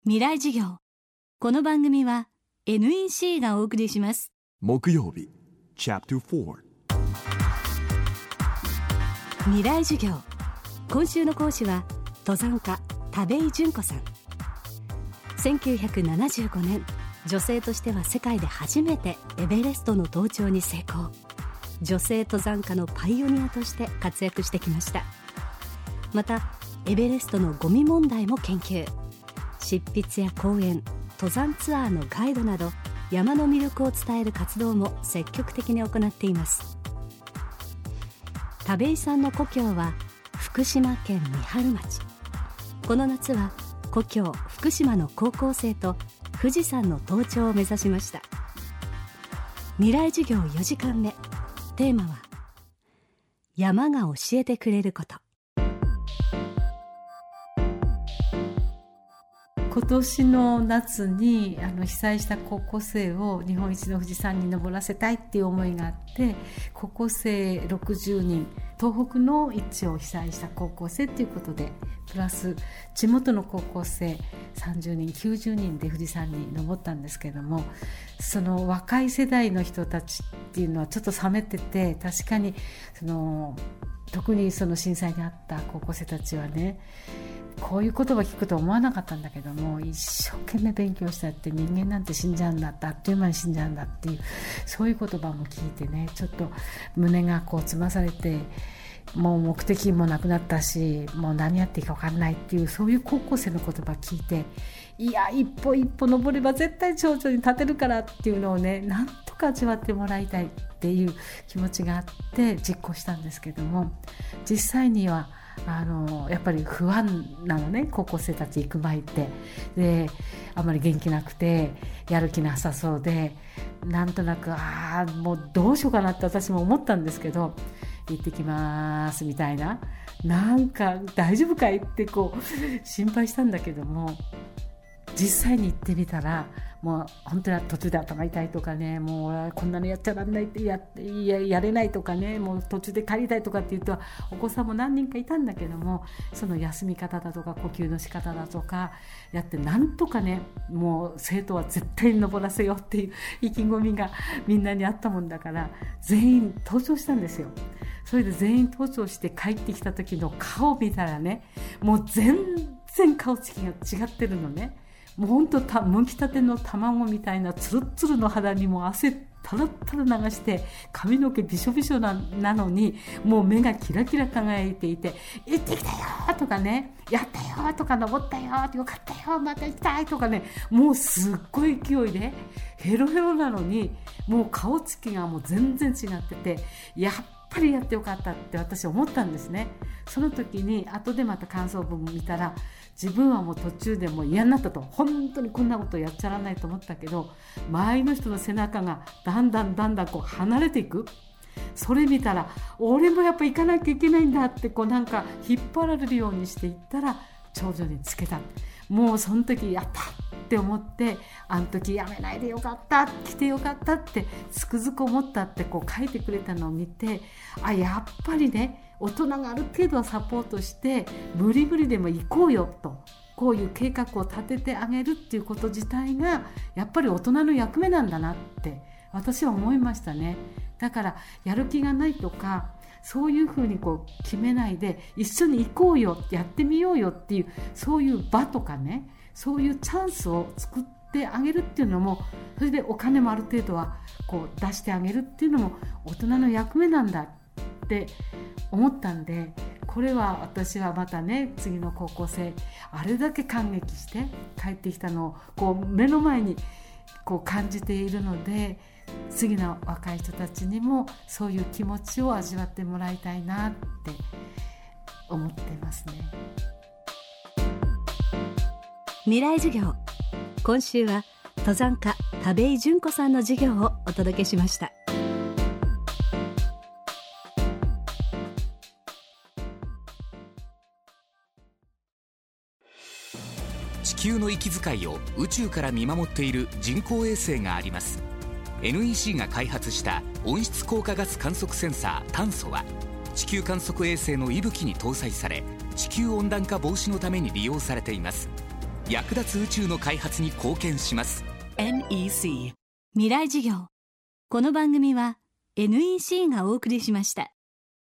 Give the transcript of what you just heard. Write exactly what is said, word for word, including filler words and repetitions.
未来授業。この番組は エヌイーシー がお送りします。 木曜日チャプターフォー。 未来授業。今週の講師は登山家田部井純子さん。せんきゅうひゃくななじゅうごねん、女性としては世界で初めてエベレストの登頂に成功。女性登山家のパイオニアとして活躍してきました。またエベレストのゴミ問題も研究。執筆や講演、登山ツアーのガイドなど山の魅力を伝える活動も積極的に行っています。田部井さんの故郷は福島県三春町。この夏は故郷福島の高校生と富士山の登頂を目指しました。未来授業よじかんめ、テーマは山が教えてくれること。 今年の夏にあの被災した高校生を日本一の富士山に登らせたいっていう思いがあって、高校生ろくじゅうにん、東北の一を被災した高校生ということで、プラス地元の高校生さんじゅうにん、きゅうじゅうにんで富士山に登ったんですけれども、その若い世代の人たちっていうのはちょっと冷めてて、確かにその特にその震災にあった高校生たちはね、こういう言葉聞くと思わなかったんだけども、一生懸命勉強したって、人間なんて死んじゃうんだって、あっという間に死んじゃうんだっていう、そういう言葉も聞いてね、ちょっと胸がこうつまされて、もう目的もなくなったし、もう何やっていいか分かんないっていう、そういう高校生の言葉聞いて、いや一歩一歩登れば絶対頂上に立てるからっていうのをね、なんとか味わってもらいたいっていう気持ちがあって実行したんですけども、実際にはあのやっぱり不安なのね、高校生たち行く前って。であまり元気なくてやる気なさそうで、なんとなくああもうどうしようかなって私も思ったんですけど、行ってきますみたいな、なんか大丈夫かいってこう心配したんだけども、実際に行ってみたら、もう本当に途中で頭痛いとかね、もうこんなのやっちゃらんないって や, や, やれないとかね、もう途中で帰りたいとかって言うと、お子さんも何人かいたんだけども、その休み方だとか呼吸の仕方だとかやって、なんとかね、もう生徒は絶対に登らせようっていう意気込みがみんなにあったもんだから、全員登頂したんですよ。それで全員登頂して帰ってきた時の顔を見たらね、もう全然顔つきが違ってるのね。もうほんとたむきたての卵みたいなツルッツルの肌にも汗たらたら流して、髪の毛びしょびしょ な, なのにもう目がキラキラ輝いていて、行ってきたよとかね、やったよとか、登ったよ、よかったよ、また行きたいとかね、もうすっごい勢いでヘロヘロなのに、もう顔つきがもう全然違ってて、やっぱりやってよかったって私思ったんですね。その時に後でまた感想文見たら、自分はもう途中でもう嫌になったと、本当にこんなことやっちゃらないと思ったけど、周りの人の背中がだんだんだんだんこう離れていく。それ見たら、俺もやっぱ行かなきゃいけないんだって、こうなんか引っ張られるようにしていったら頂上につけた。もうその時やったって思って、あの時やめないでよかった、来てよかったってつくづく思ったってこう書いてくれたのを見て、あ、やっぱりね、大人がある程度はサポートして無理無理でも行こうよと、こういう計画を立ててあげるっていうこと自体がやっぱり大人の役目なんだなって私は思いましたね。だからやる気がないとかそういうふうにこう決めないで、一緒に行こうよ、やってみようよっていう、そういう場とかね、そういうチャンスを作ってあげるっていうのも、それでお金もある程度はこう出してあげるっていうのも大人の役目なんだって思ったんで、これは私はまたね、次の高校生あれだけ感激して帰ってきたのをこう目の前にこう感じているので、次の若い人たちにもそういう気持ちを味わってもらいたいなって思ってますね。 未来授業。今週は登山家田部井純子さんの授業をお届けしました。 地球の息遣いを宇宙から見守っている人工衛星があります。 エヌイーシー が開発した温室効果ガス観測センサー炭素は、地球観測衛星の息吹に搭載され、地球温暖化防止のために利用されています。 役立つ宇宙の開発に貢献します。 エヌイーシー未来授業。この番組は エヌイーシー がお送りしました。